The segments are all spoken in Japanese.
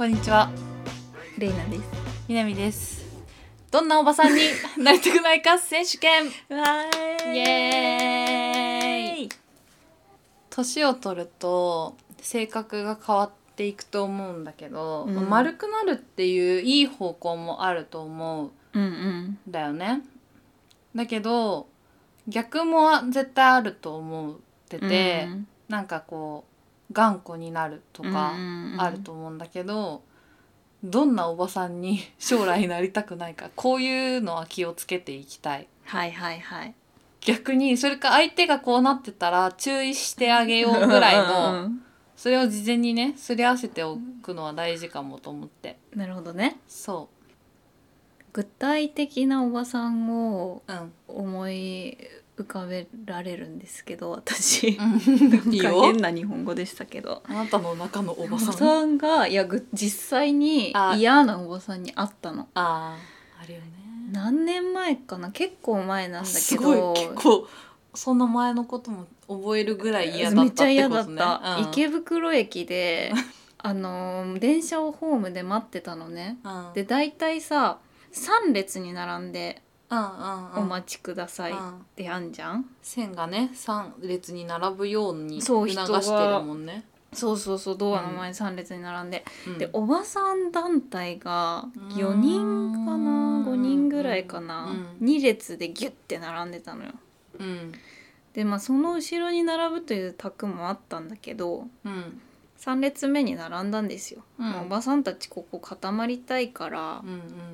こんにちは、 レイナです。 みなみです。どんなおばさんになりたくないか選手権わイエーイ。年を取ると性格が変わっていくと思うんだけど、丸くなるっていういい方向もあると思うんだよね。だけど逆も絶対あると思ってて、なんかこう頑固になるとかあると思うんだけど、どんなおばさんに将来なりたくないかこういうのは気をつけていきたい。 はいはいはい。 逆にそれか相手がこうなってたら注意してあげようぐらいのそれを事前にねすり合わせておくのは大事かもと思って。 なるほどね。 そう。 具体的なおばさんをうん思い浮かべられるんですけど、私いいよ。 変な日本語でしたけど、 あなたの中のおばさん。 おばさんが実際に嫌なおばさんに会ったの。 あるよね。 何年前かな、結構前なんだけど、 すごい結構そんな前のことも覚えるぐらい嫌だったってことね。 めっちゃ嫌だった、池袋駅で電車をホームで待ってたのね、でだいたいさ3列に並んでお待ちくださいってあんじゃん、 線がね3列に並ぶように促してるもんね。 そうドアの前に3列に並んで、でおばさん団体が4人かな5人ぐらいかな、2列でギュッて並んでたのよ。でその後ろに並ぶという卓もあったんだけど、3列目に並んだんですよ、おばさんたちここ固まりたいから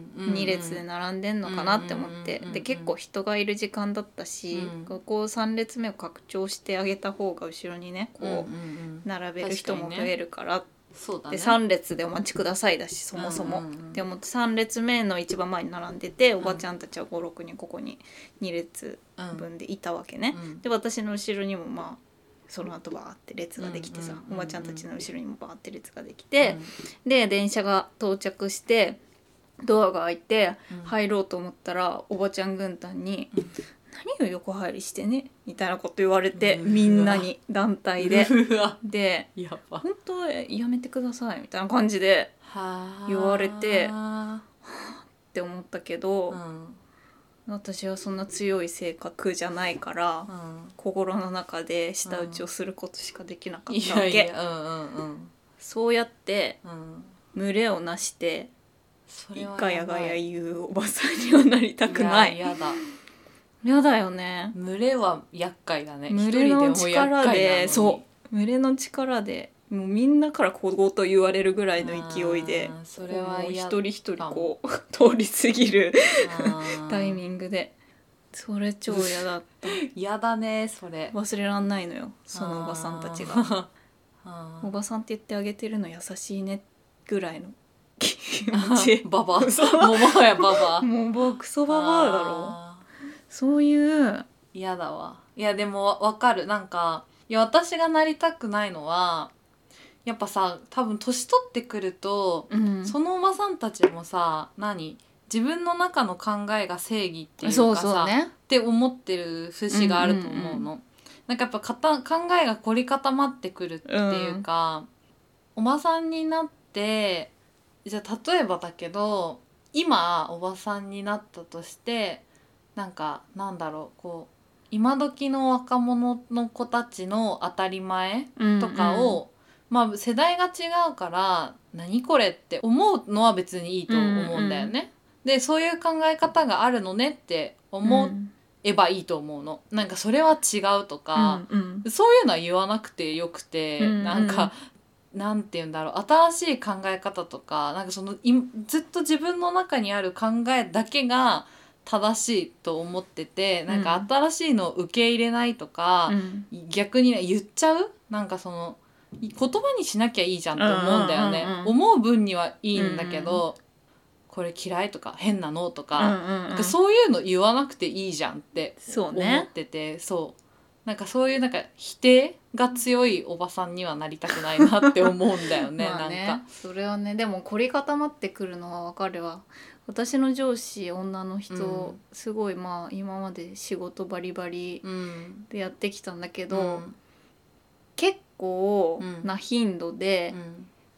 2列で並んでんのかなって思って、で結構人がいる時間だったし、ここ3列目を拡張してあげた方が後ろにねこう並べる人も増えるから、 そうだね、 で3列でお待ちくださいだしそもそも、で思って3列目の一番前に並んでて、おばちゃんたちは5、6人ここに2列分でいたわけね、で私の後ろにもその後バーって列ができてさ、おばちゃんたちの後ろにもバーって列ができて、で電車が到着してドアが開いて入ろうと思ったら、おばちゃん軍団に何を横入りしてねみたいなこと言われて、みんなに団体でで本当やめてくださいみたいな感じで言われてって思ったけど、私はそんな強い性格じゃないから、心の中で舌打ちをすることしかできなかったわけ。そうやって群れをなしてガヤガヤ言うおばさんにはなりたくない。やだよね。 群れは厄介だね。 群れの力で、群れの力でもうみんなから小言言われるぐらいの勢いで、 それは一人一人こう通り過ぎるタイミングで、それ超嫌だった。 嫌だねそれ。 忘れらんないのよ、そのおばさんたちが。おばさんって言ってあげてるの優しいねぐらいの気持ち。 ババもはやババもうクソババアだろ。そういう嫌だわ。いやでもわかる。なんか私がなりたくないのはやっぱさ、多分年取ってくると、そのおばさんたちもさ自分の中の考えが正義っていうかさって思ってる節があると思うの。なんかやっぱ考えが凝り固まってくるっていうか、おばさんになってじゃあ例えばだけど今おばさんになったとして、なんだろうこう今時の若者の子たちの当たり前とかを、世代が違うから何これって思うのは別にいいと思うんだよね。でそういう考え方があるのねって思えばいいと思うの。なんかそれは違うとか、そういうのは言わなくてよくて、なんかなんて言うんだろう、新しい考え方とか、なんかそのずっと自分の中にある考えだけが正しいと思ってて、なんか新しいのを受け入れないとか、逆にね言っちゃう、なんかその言葉にしなきゃいいじゃんと思うんだよね。思う分にはいいんだけど、これ嫌いとか変なのとか、なんかそういうの言わなくていいじゃんって思ってて、なんかそういうなんか否定が強いおばさんにはなりたくないなって思うんだよね。なんかそれはね、でも凝り固まってくるのはわかるわ。私の上司女の人、すごい今まで仕事バリバリでやってきたんだけど、結構な頻度で、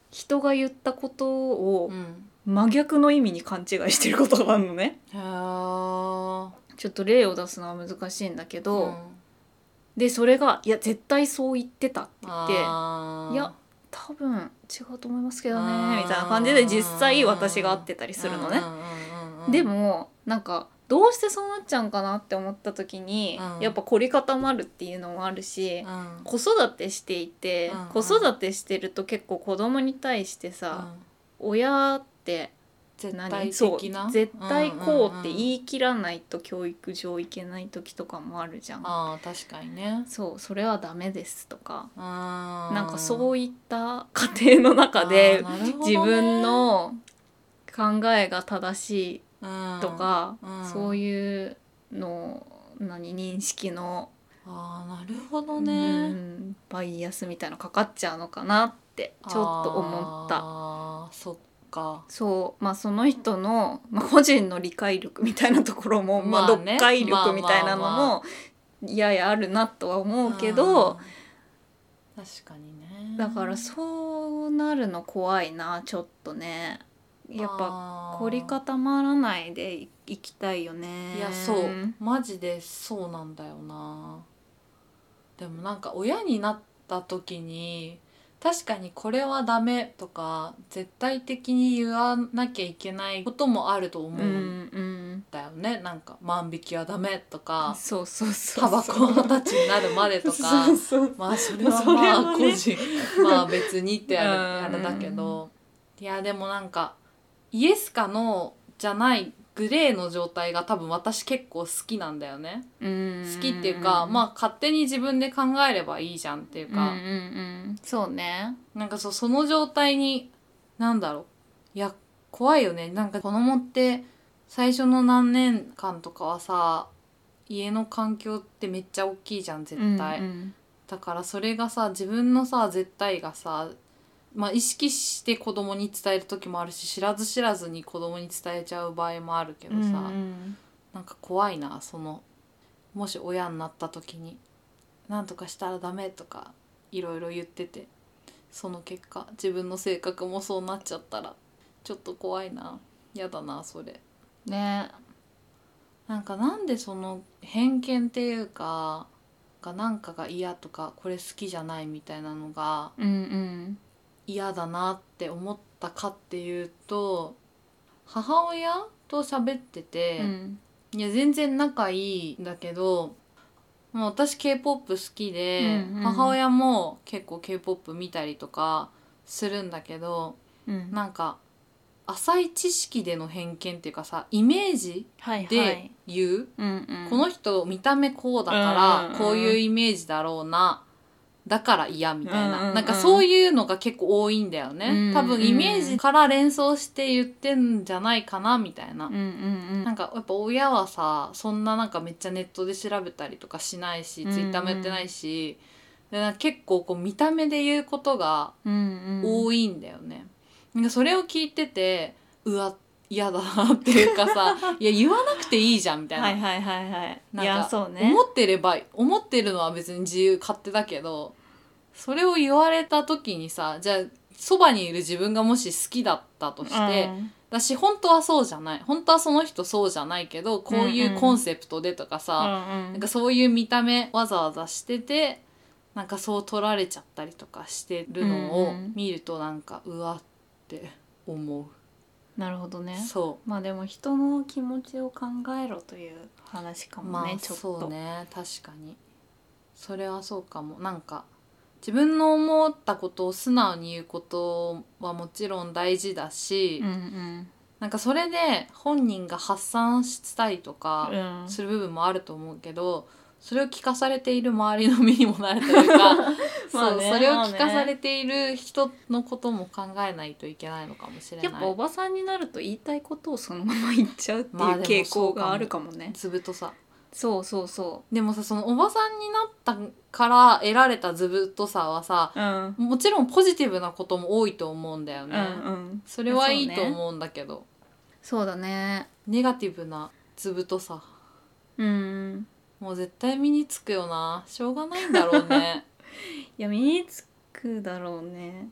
人が言ったことを真逆の意味に勘違いしてることがあるのね。ちょっと例を出すのは難しいんだけど、でそれが「いや絶対そう言ってた」って言って「いや多分違うと思いますけどね」みたいな感じで実際私が合ってたりするのね。でもなんかどうしてそうなっちゃうんかなって思った時に、やっぱ凝り固まるっていうのもあるし、子育てしていて、子育てしてると結構子供に対してさ、親って絶対的な、絶対こうって言い切らないと教育上いけない時とかもあるじゃん。 確かにね。 それはダメですとか、なんかそういった家庭の中で自分の考えが正しいとか、そういうの認識のなるほどね、 バイアスみたいなのかかっちゃうのかなってちょっと思った。 そっか。 そうその人の、個人の理解力みたいなところも、読解力みたいなのもややあるなとは思うけど、 確かにね。 だからそうなるの怖いな、ちょっとね。やっぱ凝り固まらないでいきたいよね。 いやそうマジでそうなんだよな。でもなんか親になった時に確かにこれはダメとか絶対的に言わなきゃいけないこともあると思うんだよね。なんか万引きはダメとか、タバコ二十歳になるまでとかそれは個人別にってあれだけど、いやでもなんかイエスかノーじゃないグレーの状態が多分私結構好きなんだよね。好きっていうか勝手に自分で考えればいいじゃんっていうか、 そうね。 なんかその状態になんだろう、いや怖いよね。なんか子供って最初の何年間とかはさ家の環境ってめっちゃ大きいじゃん絶対、だからそれがさ自分のさ絶対がさ意識して子供に伝える時もあるし、知らず知らずに子供に伝えちゃう場合もあるけどさ、なんか怖いな。もし親になった時になんとかしたらダメとかいろいろ言ってて、その結果自分の性格もそうなっちゃったらちょっと怖いな。やだなそれね。 なんでその偏見っていうかなんかが嫌とかこれ好きじゃないみたいなのが嫌だなって思ったかっていうと、母親と喋ってて、いや全然仲いいんだけど、もう私 K-POP 好きで、母親も結構 K-POP 見たりとかするんだけど、なんか浅い知識での偏見っていうかさ、イメージで言う、この人見た目こうだからこういうイメージだろうな、だから嫌みたいな、なんかそういうのが結構多いんだよね。多分イメージから連想して言ってんじゃないかなみたいな。なんかやっぱ親はさそんななんかめっちゃネットで調べたりとかしないし、ツイッターもやってないし、でなんか結構こう見た目で言うことが多いんだよね。なんかそれを聞いててうわ嫌だなっていうかさいや言わなくていいじゃんみたいな。なんか思ってれば思ってるのは別に自由勝手だけど、それを言われた時にさ、じゃあそばにいる自分がもし好きだったとして、私本当はそうじゃない、本当はその人そうじゃないけどこういうコンセプトでとかさ、なんかそういう見た目わざわざしててなんかそう取られちゃったりとかしてるのを見るとなんかうわって思う。 なるほどね。 そうでも人の気持ちを考えろという話かもね、ちょっと。 そうね、確かにそれはそうかも。なんか自分の思ったことを素直に言うことはもちろん大事だし、なんかそれで本人が発散したりとかする部分もあると思うけど、それを聞かされている周りの身にもなるというかそれを聞かされている人のことも考えないといけないのかもしれない。 やっぱおばさんになると言いたいことをそのまま言っちゃうっていう傾向があるかもね。 図太さ。 そうでもさ、そのおばさんになったから得られた図太さはさ、もちろんポジティブなことも多いと思うんだよね。それはいいと思うんだけど、 そうだね、 ネガティブな図太さもう絶対身につくよな。しょうがないんだろうねいや身につくだろうね。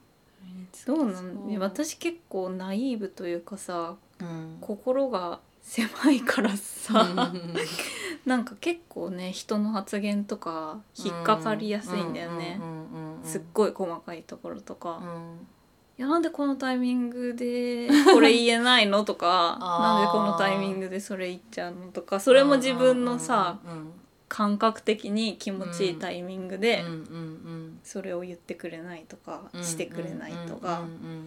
どうなんで、私結構ナイーブというかさ、心が狭いからさなんか結構ね人の発言とか引っかかりやすいんだよね。すっごい細かいところとか、いやなんでこのタイミングでこれ言えないのとかなんでこのタイミングでそれ言っちゃうのとか、それも自分のさ感覚的に気持ちいいタイミングでそれを言ってくれないとかしてくれないとか、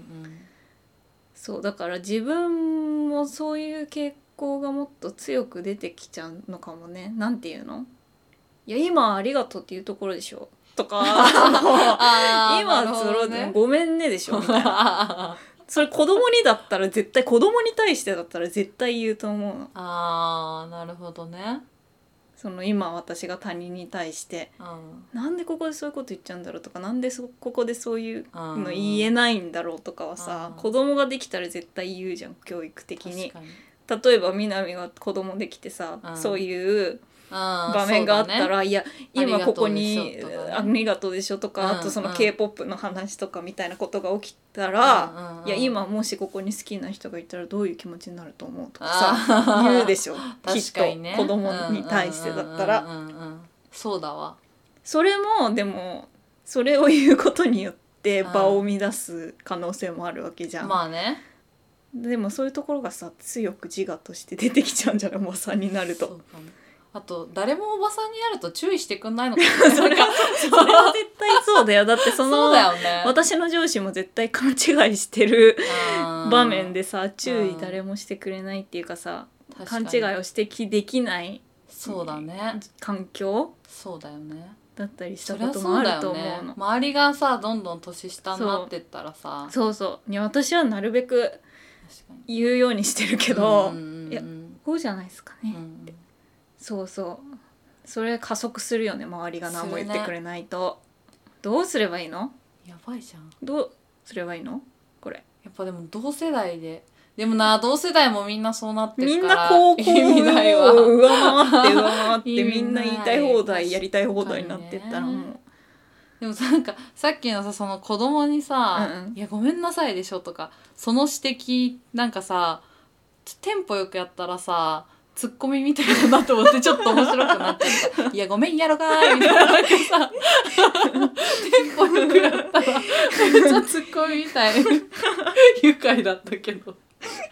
そうだから自分もそういう傾向がもっと強く出てきちゃうのかもね。なんていうの、いや今ありがとうっていうところでしょとか今それ、ね、ごめんねでしょみたいなそれ子供にだったら絶対、子供に対してだったら絶対言うと思うの。 あーなるほどね。 その今私が他人に対して、なんでここでそういうこと言っちゃうんだろうとか、なんでここでそういうの言えないんだろうとかはさ、子供ができたら絶対言うじゃん、教育的に。例えば南が子供できてさ、そういう場面があったら、いや今ここにありがとうでしょとか、あとその K-POP の話とかみたいなことが起きたら、いや今もしここに好きな人がいたらどういう気持ちになると思うとかさ言うでしょきっと、ね、子供に対してだったら。 そうだわ。 それもでもそれを言うことによって場を乱す可能性もあるわけじゃん。 まあね。 でもそういうところがさ強く自我として出てきちゃうんじゃない、おばさんになると。 そうかも。あと誰もおばさんになると注意してくんないのかなそれは絶対そうだよ。だってそうだよ、ね、 私の上司も絶対勘違いしてる場面でさ、注意誰もしてくれないっていうかさ、勘違いを指摘できない、 そうだね、 環境そうだよねだったりしたこともあると思うの。 うね、周りがさどんどん年下になってったらさ、 そういや私はなるべく言うようにしてるけど、いやこうじゃないですかねって、そうそれ加速するよね、周りが何も言ってくれないと、ね、どうすればいいの？ やばいじゃん。 どうすればいいのこれ。 やっぱでも同世代でもな、同世代もみんなそうなってるから、 みんな高校を上回ってみんな言いたい放題やりたい放題になってったらもう。 でもなんかさっきのさ、その子供にさ、いやごめんなさいでしょとか、その指摘なんかさテンポよくやったらさツッコミみたいだなと思ってちょっと面白くなっちゃったいやごめんやろがーいみたいな、なんかさテンポよくやったらめっちゃツッコミみたい愉快だったけど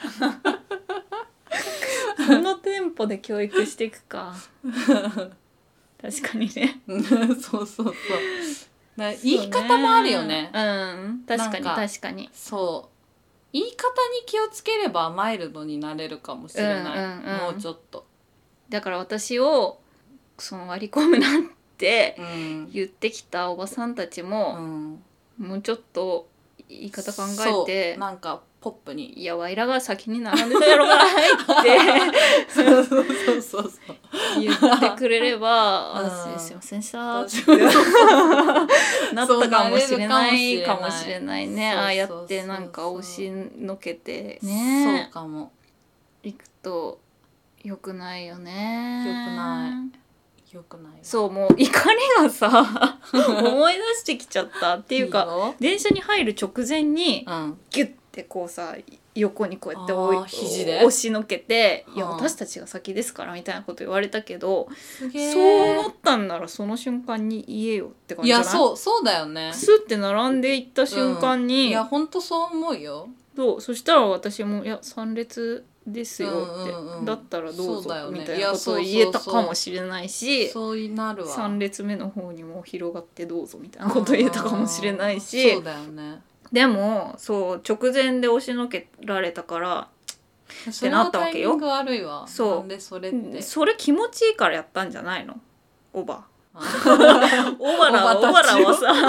そのテンポで教育していくか確かにねそう言い方もあるよね。 確かにそう言い方に気をつければマイルドになれるかもしれない、もうちょっと。 だから私をその割り込むなって言ってきたおばさんたちも、もうちょっと言い方考えて、 なんかポップに、 いやワイらが先に並んでたやろがいってそう言ってくれればすいませんでしたってなったかもしれないね。ああやってなんか押しのけてね、 そうかもいくと良くないよね。 よくない。 そうもう怒りがさ思い出してきちゃったっていうか、電車に入る直前にギュッてこうさ横にこうやって肘で押しのけて、いや私たちが先ですからみたいなこと言われたけど、そう思ったんならその瞬間に言えよって感じじゃない？いやそうだよね。 スッて並んでいった瞬間に、 いやほんとそう思うよ。 そしたら私もいや3列ですよって、だったらどうぞみたいなことを言えたかもしれないし、 そうなるわ。 3列目の方にも広がってどうぞみたいなことを言えたかもしれないし、 そうだよね。 でもそう直前で押しのけられたからってなったわけよ。 それのタイミング悪いわ。 そうなんでそれってそれ気持ちいいからやったんじゃないの？おばらはさ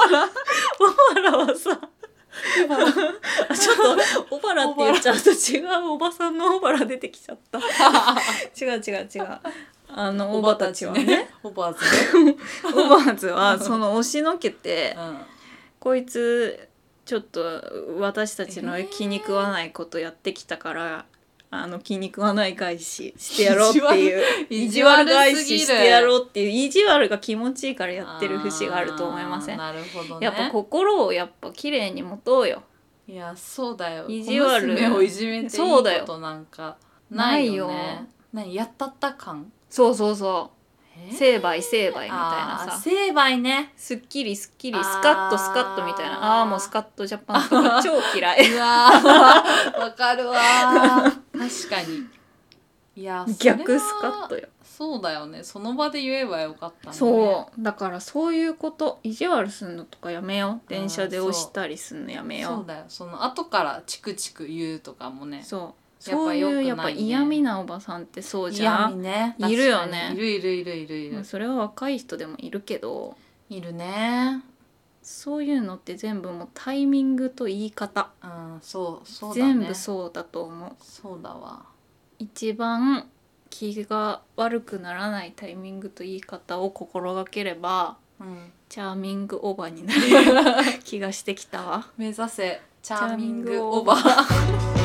ちょっとおばらって言っちゃうと違うおばさんのおばら出てきちゃった違うおばたちはねおばあずはその押しのけて、こいつちょっと私たちの気に食わないことやってきたから気に食わない返ししてやろうっていう意地悪返ししてやろうっていう意地悪が気持ちいいからやってる節があると思いません？ なるほどね。 やっぱ心をやっぱ綺麗に持とうよ。 いやそうだよ。 意地悪娘をいじめていいことなんかないよね。何やったった感？ そうそうそう。成敗成敗みたいなさ。 成敗ね。 すっきりすっきりスカッとスカッとみたいな。もうスカッとジャパンとか超嫌い。 うわわかるわ。確かに。いや逆スカッとよ。 そうだよね。その場で言えばよかったね。 そうだからそういうこと意地悪すんのとかやめよう。電車で押したりすんのやめよう。 そうだよ。その後からチクチク言うとかもね。 そういうやっぱ嫌味なおばさんってそうじゃん。 嫌味ね。 いるよね。 いる。 それは若い人でもいるけど。 いるね。 そういうのって全部もうタイミングと言い方。 そうだね。 全部そうだと思う。 そうだわ。 一番気が悪くならないタイミングと言い方を心がければ、チャーミングおばになれる気がしてきたわ。 目指せチャーミングおば。